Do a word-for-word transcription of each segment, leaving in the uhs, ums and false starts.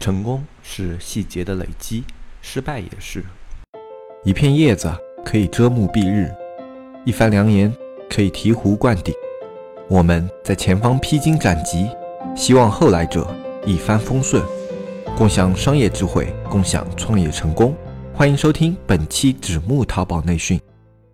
成功是细节的累积，失败也是。一片叶子可以遮目蔽日，一番良言可以醍醐灌顶。我们在前方披荆斩棘，希望后来者一帆风顺，共享商业智慧，共享创业成功。欢迎收听本期纸木淘宝内训。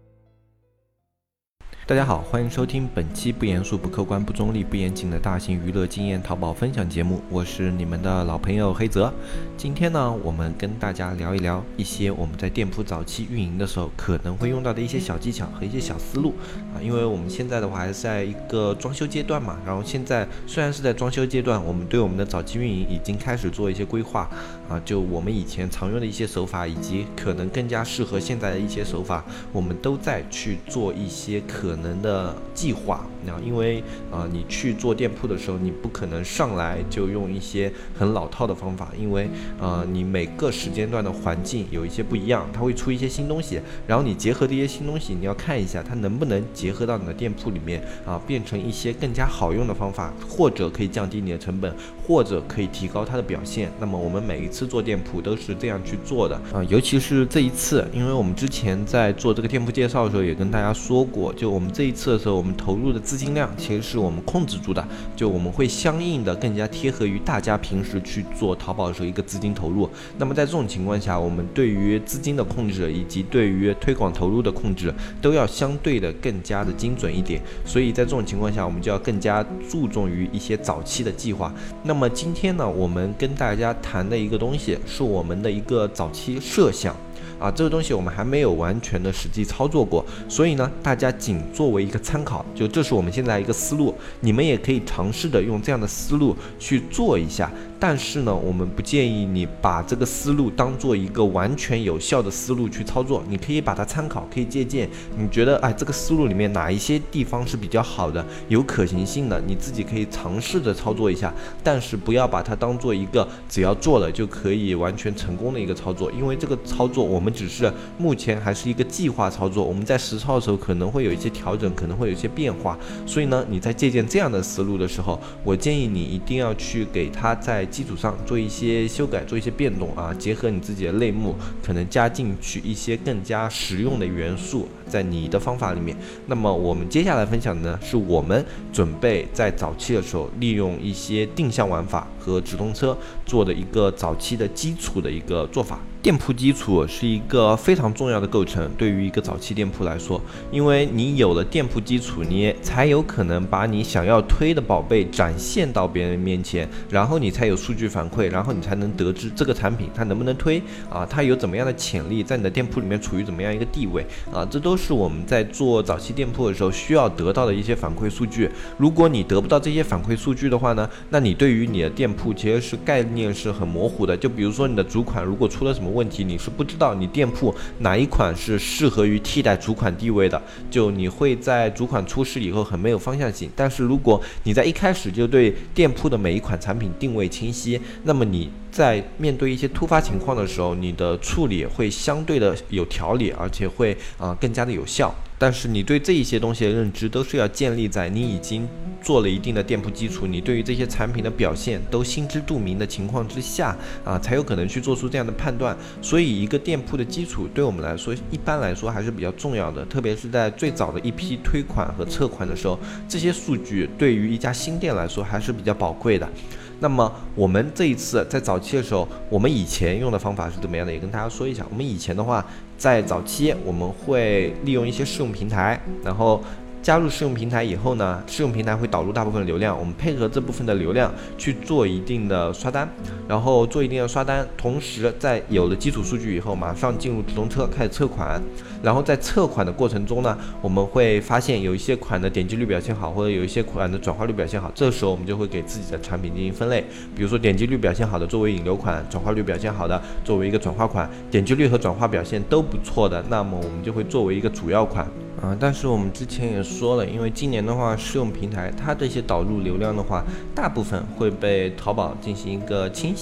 大家好，欢迎收听本期不严肃、不客观、不中立、不严谨的大型娱乐经验淘宝分享节目，我是你们的老朋友黑泽。今天呢，我们跟大家聊一聊一些我们在店铺早期运营的时候可能会用到的一些小技巧和一些小思路啊。因为我们现在的话还是在一个装修阶段嘛，然后现在虽然是在装修阶段，我们对我们的早期运营已经开始做一些规划啊，就我们以前常用的一些手法，以及可能更加适合现在的一些手法，我们都在去做一些可能可能的计划。那因为呃你去做店铺的时候，你不可能上来就用一些很老套的方法，因为呃你每个时间段的环境有一些不一样，它会出一些新东西，然后你结合这些新东西，你要看一下它能不能结合到你的店铺里面啊，变成一些更加好用的方法，或者可以降低你的成本，或者可以提高它的表现。那么我们每一次做店铺都是这样去做的啊，尤其是这一次，因为我们之前在做这个店铺介绍的时候也跟大家说过，就我们这一次的时候，我们投入的资金量其实是我们控制住的，就我们会相应的更加贴合于大家平时去做淘宝的时候一个资金投入。那么在这种情况下，我们对于资金的控制以及对于推广投入的控制都要相对的更加的精准一点。所以在这种情况下，我们就要更加注重于一些早期的计划。那么今天呢，我们跟大家谈的一个东西是我们的一个早期设想。啊，这个东西我们还没有完全的实际操作过，所以呢，大家仅作为一个参考，就这是我们现在一个思路，你们也可以尝试的用这样的思路去做一下。但是呢，我们不建议你把这个思路当做一个完全有效的思路去操作，你可以把它参考，可以借鉴。你觉得哎，这个思路里面哪一些地方是比较好的，有可行性的，你自己可以尝试着操作一下，但是不要把它当做一个只要做了就可以完全成功的一个操作，因为这个操作我们只是目前还是一个计划操作，我们在实操的时候可能会有一些调整，可能会有一些变化，所以呢，你在借鉴这样的思路的时候，我建议你一定要去给它在基础上做一些修改，做一些变动啊，结合你自己的类目，可能加进去一些更加实用的元素在你的方法里面。那么我们接下来分享的呢，是我们准备在早期的时候利用一些定向玩法和直通车做的一个早期的基础的一个做法。店铺基础是一个非常重要的构成，对于一个早期店铺来说，因为你有了店铺基础，你才有可能把你想要推的宝贝展现到别人面前，然后你才有数据反馈，然后你才能得知这个产品它能不能推啊，它有怎么样的潜力，在你的店铺里面处于怎么样一个地位啊，这都是我们在做早期店铺的时候需要得到的一些反馈数据。如果你得不到这些反馈数据的话呢，那你对于你的店铺其实是概念是很模糊的。就比如说你的主款如果出了什么问题，你是不知道你店铺哪一款是适合于替代主款地位的，就你会在主款出事以后很没有方向性。但是如果你在一开始就对店铺的每一款产品定位清晰，那么你在面对一些突发情况的时候，你的处理会相对的有条理，而且会啊、呃、更加的有效。但是你对这一些东西的认知都是要建立在你已经做了一定的店铺基础，你对于这些产品的表现都心知肚明的情况之下啊，才有可能去做出这样的判断。所以一个店铺的基础对我们来说一般来说还是比较重要的，特别是在最早的一批推款和测款的时候，这些数据对于一家新店来说还是比较宝贵的。那么我们这一次在早期的时候，我们以前用的方法是怎么样的，也跟大家说一下。我们以前的话，在早期我们会利用一些试用平台，然后加入试用平台以后呢，试用平台会导入大部分流量，我们配合这部分的流量去做一定的刷单，然后做一定的刷单，同时在有了基础数据以后，马上进入直通车开始测款。然后在测款的过程中呢，我们会发现有一些款的点击率表现好，或者有一些款的转化率表现好，这时候我们就会给自己的产品进行分类，比如说点击率表现好的作为引流款，转化率表现好的作为一个转化款，点击率和转化表现都不错的，那么我们就会作为一个主要款。啊，但是我们之前也说了，因为今年的话，试用平台它这些导入流量的话，大部分会被淘宝进行一个清洗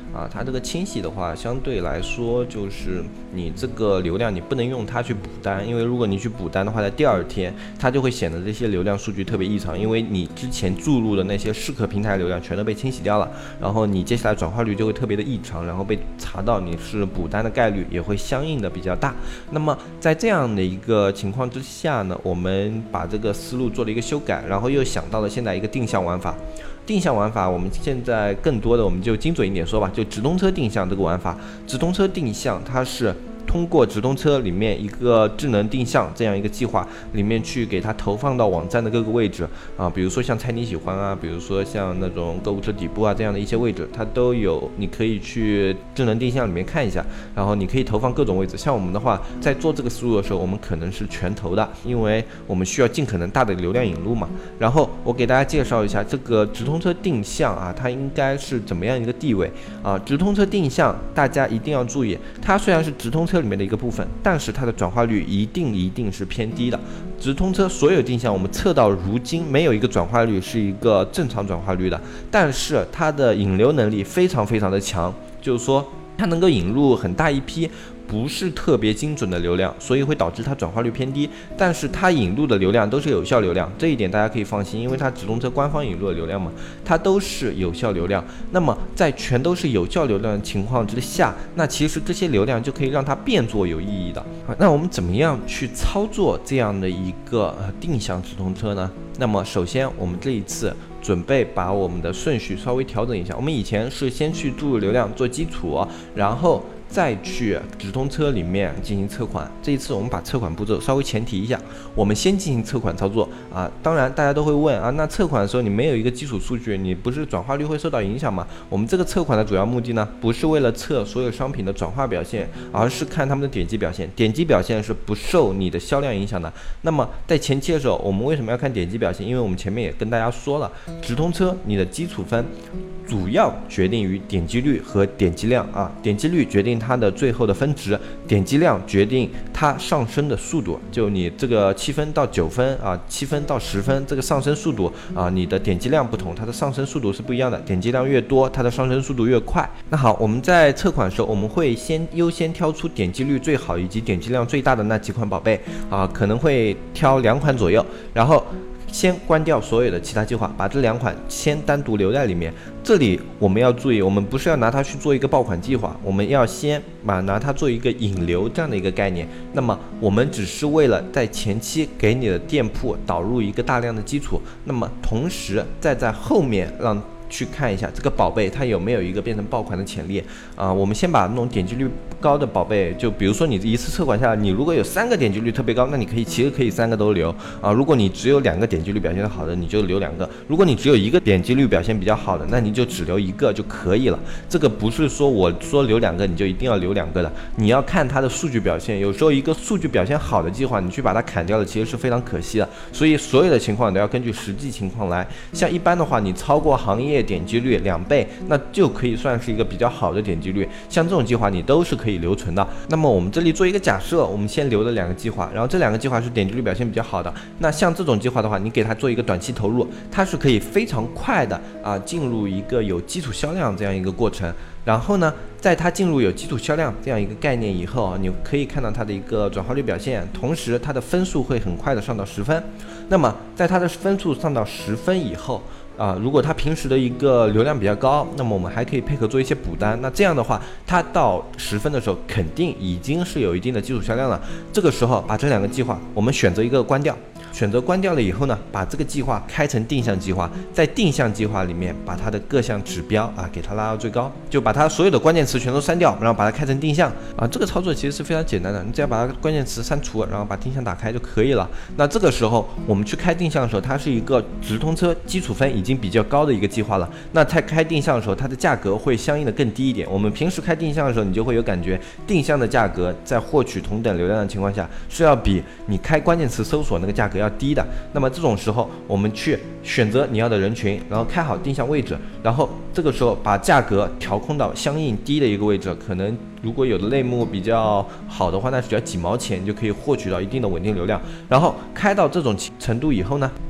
啊，它这个清洗的话，相对来说就是你这个流量你不能用它去补单，因为如果你去补单的话，在第二天它就会显得这些流量数据特别异常，因为你之前注入的那些适可平台流量全都被清洗掉了，然后你接下来转化率就会特别的异常，然后被查到你是补单的概率也会相应的比较大。那么在这样的一个情况之下呢，我们把这个思路做了一个修改，然后又想到了现在一个定向玩法。定向玩法，我们现在更多的我们就精准一点说吧，就直通车定向这个玩法。直通车定向它是通过直通车里面一个智能定向这样一个计划里面去给它投放到网站的各个位置啊，比如说像猜你喜欢啊，比如说像那种购物车底部啊这样的一些位置，它都有，你可以去智能定向里面看一下，然后你可以投放各种位置。像我们的话，在做这个思路的时候，我们可能是全投的，因为我们需要尽可能大的流量引入嘛。然后我给大家介绍一下这个直通车定向啊，它应该是怎么样一个地位啊？直通车定向大家一定要注意，它虽然是直通车里面的一个部分，但是它的转化率一定一定是偏低的。直通车所有定向我们测到如今没有一个转化率是一个正常转化率的，但是它的引流能力非常非常的强，就是说它能够引入很大一批不是特别精准的流量，所以会导致它转化率偏低，但是它引入的流量都是有效流量，这一点大家可以放心，因为它直通车官方引入的流量嘛，它都是有效流量。那么在全都是有效流量的情况之下，那其实这些流量就可以让它变作有意义的。那我们怎么样去操作这样的一个呃定向直通车呢？那么首先我们这一次准备把我们的顺序稍微调整一下，我们以前是先去注入流量做基础，然后再去直通车里面进行测款。这一次我们把测款步骤稍微前提一下，我们先进行测款操作啊。当然大家都会问啊，那测款的时候你没有一个基础数据，你不是转化率会受到影响吗？我们这个测款的主要目的呢，不是为了测所有商品的转化表现，而是看他们的点击表现。点击表现是不受你的销量影响的。那么在前期的时候，我们为什么要看点击表现？因为我们前面也跟大家说了，直通车你的基础分主要决定于点击率和点击量啊，点击率决定它的最后的分值，点击量决定它上升的速度。就你这个七分到九分啊，七分到十分这个上升速度啊，你的点击量不同，它的上升速度是不一样的。点击量越多，它的上升速度越快。那好，我们在测款的时候，我们会先优先挑出点击率最好以及点击量最大的那几款宝贝啊，可能会挑两款左右，然后先关掉所有的其他计划，把这两款先单独留在里面。这里我们要注意，我们不是要拿它去做一个爆款计划，我们要先把拿它做一个引流这样的一个概念。那么我们只是为了在前期给你的店铺导入一个大量的基础，那么同时再在后面让去看一下这个宝贝它有没有一个变成爆款的潜力啊。我们先把那种点击率高的宝贝，就比如说你一次测款下来，你如果有三个点击率特别高，那你可以其实可以三个都留啊。如果你只有两个点击率表现好的，你就留两个；如果你只有一个点击率表现比较好的，那你就只留一个就可以了。这个不是说我说留两个你就一定要留两个的，你要看它的数据表现。有时候一个数据表现好的计划，你去把它砍掉了，其实是非常可惜的。所以所有的情况都要根据实际情况来。像一般的话，你超过行业点击率两倍，那就可以算是一个比较好的点击率。像这种计划你都是可以留存的。那么我们这里做一个假设，我们先留了两个计划，然后这两个计划是点击率表现比较好的。那像这种计划的话，你给它做一个短期投入，它是可以非常快的啊进入一个有基础销量这样一个过程。然后呢，在它进入有基础销量这样一个概念以后，你可以看到它的一个转化率表现，同时它的分数会很快的上到十分。那么在它的分数上到十分以后啊，如果它平时的一个流量比较高，那么我们还可以配合做一些补单。那这样的话，它到十分的时候肯定已经是有一定的基础销量了。这个时候把这两个计划我们选择一个关掉，选择关掉了以后呢，把这个计划开成定向计划，在定向计划里面把它的各项指标啊给它拉到最高，就把它所有的关键词全都删掉，然后把它开成定向啊。这个操作其实是非常简单的，你只要把它关键词删除，然后把定向打开就可以了。那这个时候我们去开定向的时候，它是一个直通车基础分已经比较高的一个计划了。那在开定向的时候，它的价格会相应的更低一点。我们平时开定向的时候，你就会有感觉，定向的价格在获取同等流量的情况下，是要比你开关键词搜索那个价格要低的。那么这种时候，我们去选择你要的人群，然后开好定向位置，然后这个时候把价格调控到相应低的一个位置，可能如果有的类目比较好的话，那只要几毛钱你就可以获取到一定的稳定流量。然后开到这种程度以后呢，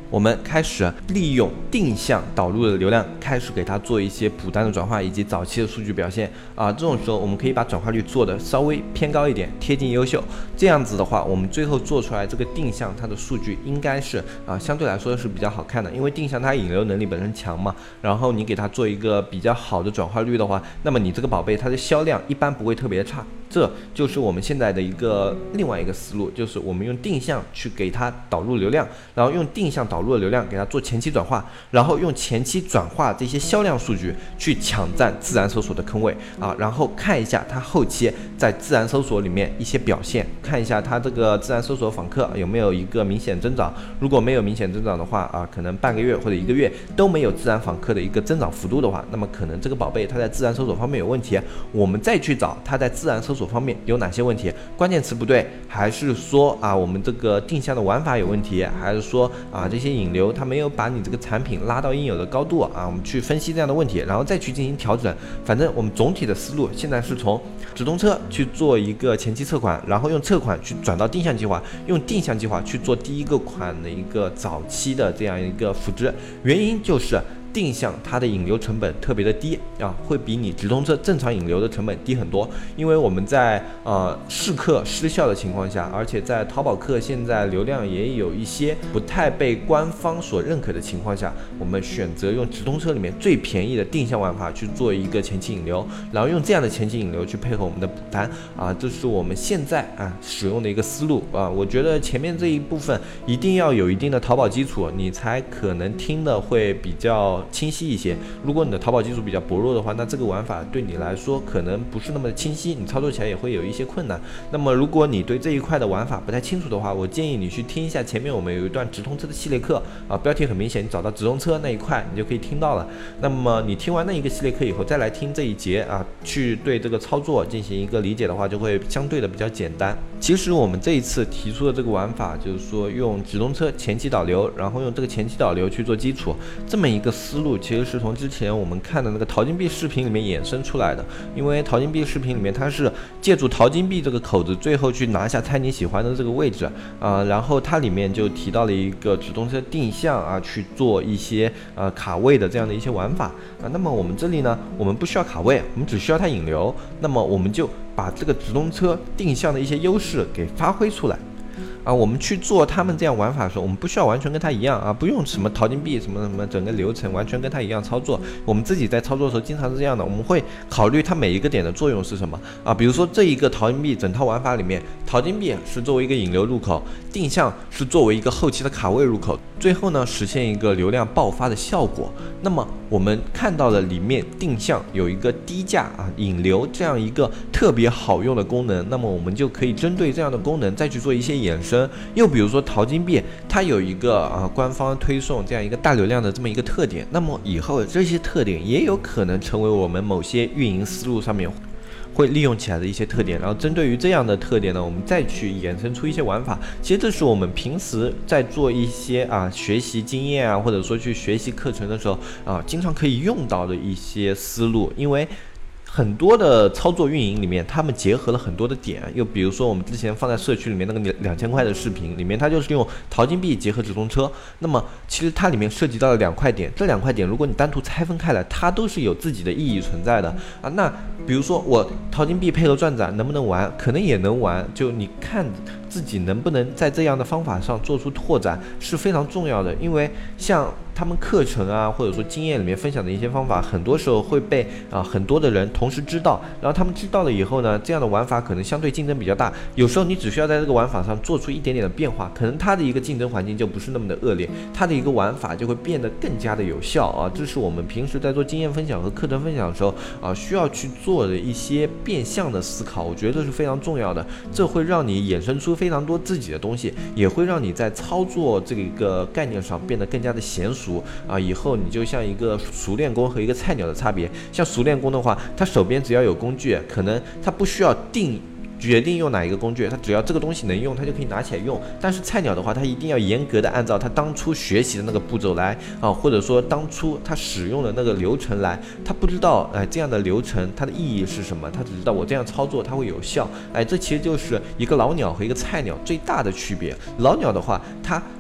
我们开始利用定向导入的流量，开始给它做一些补单的转化以及早期的数据表现啊。这种时候我们可以把转化率做的稍微偏高一点，贴近优秀。这样子的话，我们最后做出来这个定向它的数据应该是啊相对来说是比较好看的，因为定向它引流能力本身强嘛。然后你给它做一个比较好的转化率的话，那么你这个宝贝它的销量一般不会特别差。这就是我们现在的一个另外一个思路，就是我们用定向去给它导入流量，然后用定向导入的流量给它做前期转化，然后用前期转化这些销量数据去抢占自然搜索的坑位啊，然后看一下它后期在自然搜索里面一些表现，看一下它这个自然搜索访客有没有一个明显增长。如果没有明显增长的话啊，可能半个月或者一个月都没有自然访客的一个增长幅度的话，那么可能这个宝贝它在自然搜索方面有问题，我们再去找它在自然搜索方面有哪些问题，关键词不对，还是说啊我们这个定向的玩法有问题，还是说啊这些引流它没有把你这个产品拉到应有的高度啊，我们去分析这样的问题，然后再去进行调整。反正我们总体的思路现在是从直通车去做一个前期测款，然后用测款去转到定向计划，用定向计划去做第一个款的一个早期的这样一个复制。原因就是定向它的引流成本特别的低啊，会比你直通车正常引流的成本低很多。因为我们在呃试客失效的情况下，而且在淘宝客现在流量也有一些不太被官方所认可的情况下，我们选择用直通车里面最便宜的定向玩法去做一个前期引流，然后用这样的前期引流去配合我们的补单啊，这是我们现在啊使用的一个思路啊。我觉得前面这一部分一定要有一定的淘宝基础，你才可能听的会比较清晰一些。如果你的淘宝基础比较薄弱的话，那这个玩法对你来说可能不是那么的清晰，你操作起来也会有一些困难。那么如果你对这一块的玩法不太清楚的话，我建议你去听一下前面我们有一段直通车的系列课啊，标题很明显，你找到直通车那一块你就可以听到了。那么你听完那一个系列课以后再来听这一节啊，去对这个操作进行一个理解的话，就会相对的比较简单。其实我们这一次提出的这个玩法就是说用直通车前期导流，然后用这个前期导流去做基础，这么一个思路其实是从之前我们看的那个淘金币视频里面衍生出来的。因为淘金币视频里面它是借助淘金币这个口子，最后去拿下猜你喜欢的这个位置啊、呃，然后它里面就提到了一个直通车定向啊去做一些呃卡位的这样的一些玩法啊。那么我们这里呢，我们不需要卡位，我们只需要它引流，那么我们就把这个直通车定向的一些优势给发挥出来啊。我们去做他们这样玩法的时候，我们不需要完全跟他一样啊，不用什么淘金币什么什么整个流程完全跟他一样操作。我们自己在操作的时候经常是这样的，我们会考虑它每一个点的作用是什么啊。比如说这一个淘金币整套玩法里面，淘金币是作为一个引流入口，定向是作为一个后期的卡位入口，最后呢实现一个流量爆发的效果。那么我们看到了里面定向有一个低价啊引流这样一个特别好用的功能，那么我们就可以针对这样的功能再去做一些衍生。又比如说淘金币它有一个啊官方推送这样一个大流量的这么一个特点，那么以后这些特点也有可能成为我们某些运营思路上面会利用起来的一些特点，然后针对于这样的特点呢，我们再去衍生出一些玩法。其实这是我们平时在做一些啊学习经验啊，或者说去学习课程的时候啊，经常可以用到的一些思路。因为很多的操作运营里面，他们结合了很多的点，又比如说我们之前放在社区里面那个两千块的视频里面，它就是用淘金币结合直通车。那么其实它里面涉及到了两块点，这两块点如果你单独拆分开来，它都是有自己的意义存在的啊。那比如说我淘金币配合转展能不能玩？可能也能玩，就你看自己能不能在这样的方法上做出拓展是非常重要的。因为像他们课程啊，或者说经验里面分享的一些方法，很多时候会被啊很多的人同时知道，然后他们知道了以后呢，这样的玩法可能相对竞争比较大。有时候你只需要在这个玩法上做出一点点的变化，可能它的一个竞争环境就不是那么的恶劣，它的一个玩法就会变得更加的有效啊。这是我们平时在做经验分享和课程分享的时候啊，需要去做的一些变相的思考，我觉得是非常重要的。这会让你衍生出非常多自己的东西，也会让你在操作这个概念上变得更加的娴熟啊。以后你就像一个熟练工和一个菜鸟的差别。像熟练工的话，他手边只要有工具，可能他不需要定决定用哪一个工具，他只要这个东西能用，他就可以拿起来用。但是菜鸟的话，他一定要严格的按照他当初学习的那个步骤来啊，或者说当初他使用的那个流程来。他不知道哎这样的流程它的意义是什么，他只知道我这样操作它会有效。哎，这其实就是一个老鸟和一个菜鸟最大的区别。老鸟的话，他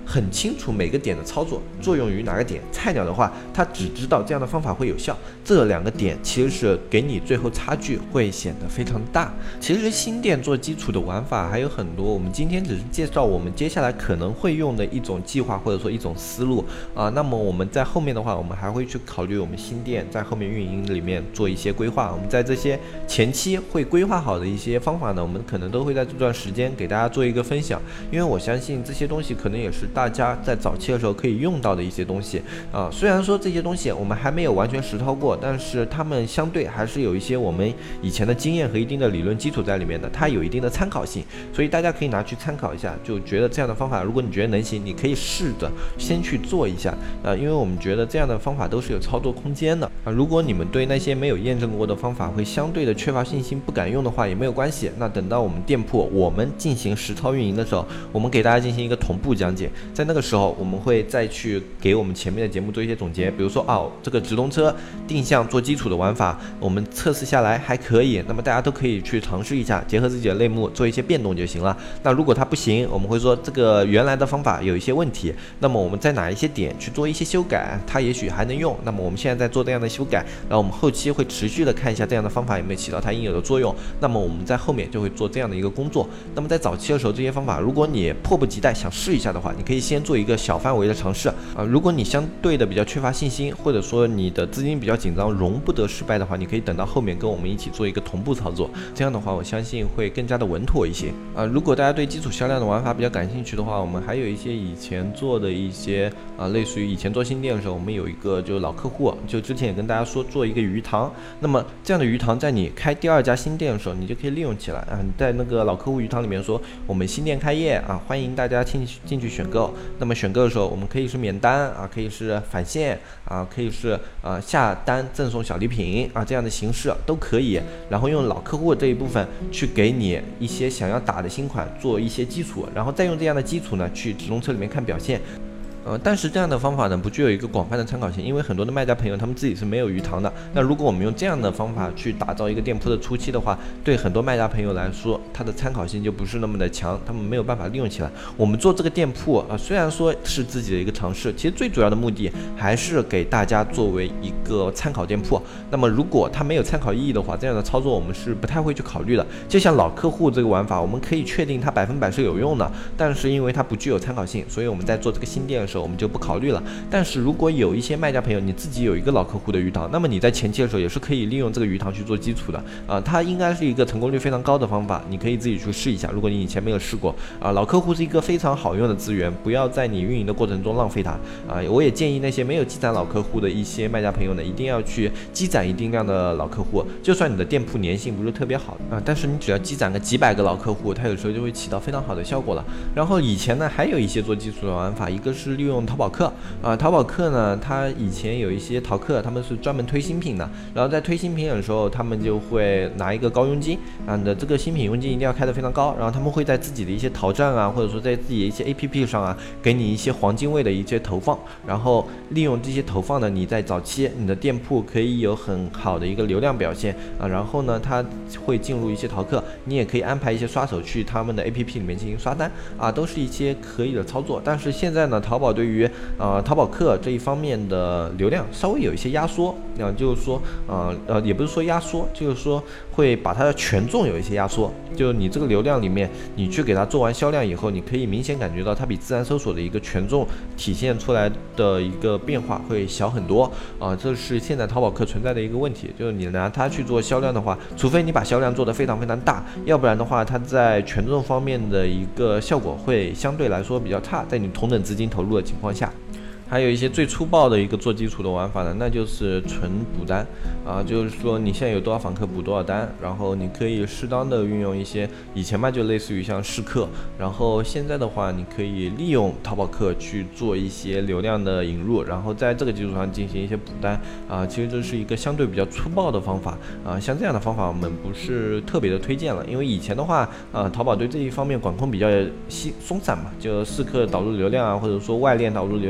很清楚每个点的操作作用于哪个点。菜鸟的话，他只知道这样的方法会有效，这两个点其实是给你最后差距会显得非常大。其实新店做基础的玩法还有很多，我们今天只是介绍我们接下来可能会用的一种计划或者说一种思路啊。那么我们在后面的话，我们还会去考虑我们新店在后面运营里面做一些规划。我们在这些前期会规划好的一些方法呢，我们可能都会在这段时间给大家做一个分享，因为我相信这些东西可能也是大家在早期的时候可以用到的一些东西啊。虽然说这些东西我们还没有完全实操过，但是他们相对还是有一些我们以前的经验和一定的理论基础在里面的，它有一定的参考性，所以大家可以拿去参考一下。就觉得这样的方法，如果你觉得能行，你可以试着先去做一下啊，因为我们觉得这样的方法都是有操作空间的啊。如果你们对那些没有验证过的方法会相对的缺乏信心，不敢用的话也没有关系。那等到我们店铺我们进行实操运营的时候，我们给大家进行一个同步讲解，在那个时候我们会再去给我们前面的节目做一些总结，比如说哦，这个直通车定向做基础的玩法，我们测试下来还可以，那么大家都可以去尝试一下，结合自己的类目做一些变动就行了。那如果它不行，我们会说这个原来的方法有一些问题，那么我们在哪一些点去做一些修改，它也许还能用。那么我们现在在做这样的修改，然后我们后期会持续的看一下这样的方法有没有起到它应有的作用。那么我们在后面就会做这样的一个工作。那么在早期的时候，这些方法如果你迫不及待想试一下的话，你可以先做一个小范围的尝试啊。如果你相对的比较缺乏信心，或者说你的资金比较紧张，容不得失败的话，你可以等到后面跟我们一起做一个同步操作。这样的话，我相信会更加的稳妥一些啊。如果大家对基础销量的玩法比较感兴趣的话，我们还有一些以前做的一些啊，类似于以前做新店的时候，我们有一个就是老客户，就之前也跟大家说做一个鱼塘。那么这样的鱼塘，在你开第二家新店的时候，你就可以利用起来啊。你在那个老客户鱼塘里面说，我们新店开业啊，欢迎大家进进去选购。那么选购的时候，我们可以是免单啊，可以是返现啊，可以是啊下单赠送小礼品啊，这样的形式都可以。然后用老客户这一部分去给你一些想要打的新款做一些基础，然后再用这样的基础呢去直通车里面看表现。呃，但是这样的方法呢，不具有一个广泛的参考性，因为很多的卖家朋友他们自己是没有鱼塘的。那如果我们用这样的方法去打造一个店铺的初期的话，对很多卖家朋友来说，它的参考性就不是那么的强，他们没有办法利用起来。我们做这个店铺啊、呃，虽然说是自己的一个尝试，其实最主要的目的还是给大家作为一个参考店铺。那么如果它没有参考意义的话，这样的操作我们是不太会去考虑的。就像老客户这个玩法，我们可以确定它百分百是有用的，但是因为它不具有参考性，所以我们在做这个新店的时候，我们就不考虑了。但是如果有一些卖家朋友，你自己有一个老客户的鱼塘，那么你在前期的时候也是可以利用这个鱼塘去做基础的啊、呃，它应该是一个成功率非常高的方法，你可以自己去试一下。如果你以前没有试过啊、呃，老客户是一个非常好用的资源，不要在你运营的过程中浪费它啊、呃。我也建议那些没有积攒老客户的一些卖家朋友呢，一定要去积攒一定量的老客户。就算你的店铺粘性不是特别好啊、呃，但是你只要积攒个几百个老客户，它有时候就会起到非常好的效果了。然后以前呢，还有一些做基础的玩法，一个是利用淘宝客啊、呃，淘宝客呢，它以前有一些淘客，他们是专门推新品的，然后在推新品的时候，他们就会拿一个高佣金啊，你的这个新品佣金一定要开得非常高，然后他们会在自己的一些淘站啊，或者说在自己的一些 A P P 上啊，给你一些黄金位的一些投放，然后利用这些投放呢，你在早期你的店铺可以有很好的一个流量表现啊，然后呢，它会进入一些淘客，你也可以安排一些刷手去他们的 A P P 里面进行刷单啊，都是一些可以的操作。但是现在呢，淘宝对于呃淘宝客这一方面的流量稍微有一些压缩，啊，就是说呃呃也不是说压缩，就是说会把它的权重有一些压缩，就你这个流量里面，你去给它做完销量以后，你可以明显感觉到它比自然搜索的一个权重体现出来的一个变化会小很多啊，这是现在淘宝客存在的一个问题，就是你拿它去做销量的话，除非你把销量做得非常非常大，要不然的话，它在权重方面的一个效果会相对来说比较差，在你同等资金投入的情况下。还有一些最粗暴的一个做基础的玩法呢，那就是纯补单啊，就是说你现在有多少访客补多少单，然后你可以适当的运用一些以前嘛就类似于像试客，然后现在的话你可以利用淘宝客去做一些流量的引入，然后在这个基础上进行一些补单啊，其实这是一个相对比较粗暴的方法啊，像这样的方法我们不是特别的推荐了，因为以前的话啊，淘宝对这一方面管控比较松散嘛，就试客导入流量啊，或者说外链导入流量这一块。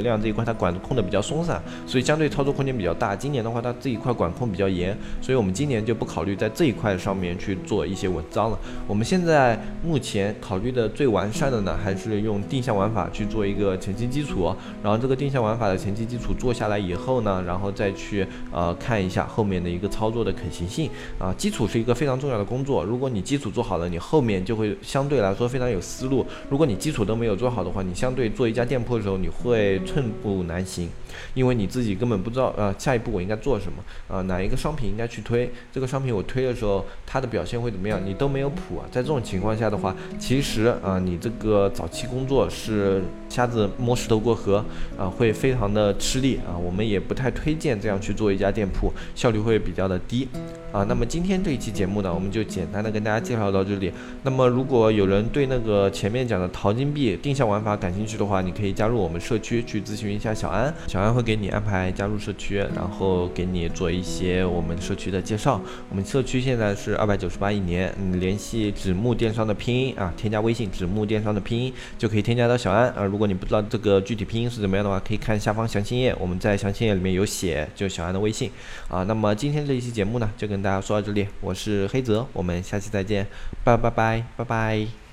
它管控的比较松散，所以相对操作空间比较大。今年的话，它这一块管控比较严，所以我们今年就不考虑在这一块上面去做一些文章了。我们现在目前考虑的最完善的呢，还是用定向玩法去做一个前期基础，然后这个定向玩法的前期基础做下来以后呢，然后再去呃看一下后面的一个操作的可行性啊。基础是一个非常重要的工作，如果你基础做好了，你后面就会相对来说非常有思路。如果你基础都没有做好的话，你相对做一家店铺的时候，你会寸步难行，因为你自己根本不知道呃下一步我应该做什么啊、呃，哪一个商品应该去推，这个商品我推的时候它的表现会怎么样，你都没有谱啊。在这种情况下的话，其实啊、呃、你这个早期工作是瞎子摸石头过河啊、呃，会非常的吃力啊。我们也不太推荐这样去做一家店铺，效率会比较的低啊。那么今天这一期节目呢，我们就简单的跟大家介绍到这里。那么如果有人对那个前面讲的淘金币定向玩法感兴趣的话，你可以加入我们社区去咨询一下小安，小安会给你安排加入社区，然后给你做一些我们社区的介绍。我们社区现在是二百九十八一年，嗯，联系纸木电商的拼音啊，添加微信纸木电商的拼音就可以添加到小安啊。如果你不知道这个具体拼音是怎么样的话，可以看下方详情页，我们在详情页里面有写，就小安的微信啊。那么今天这一期节目呢，就跟大家说到这里，我是黑泽，我们下期再见，拜拜拜拜拜。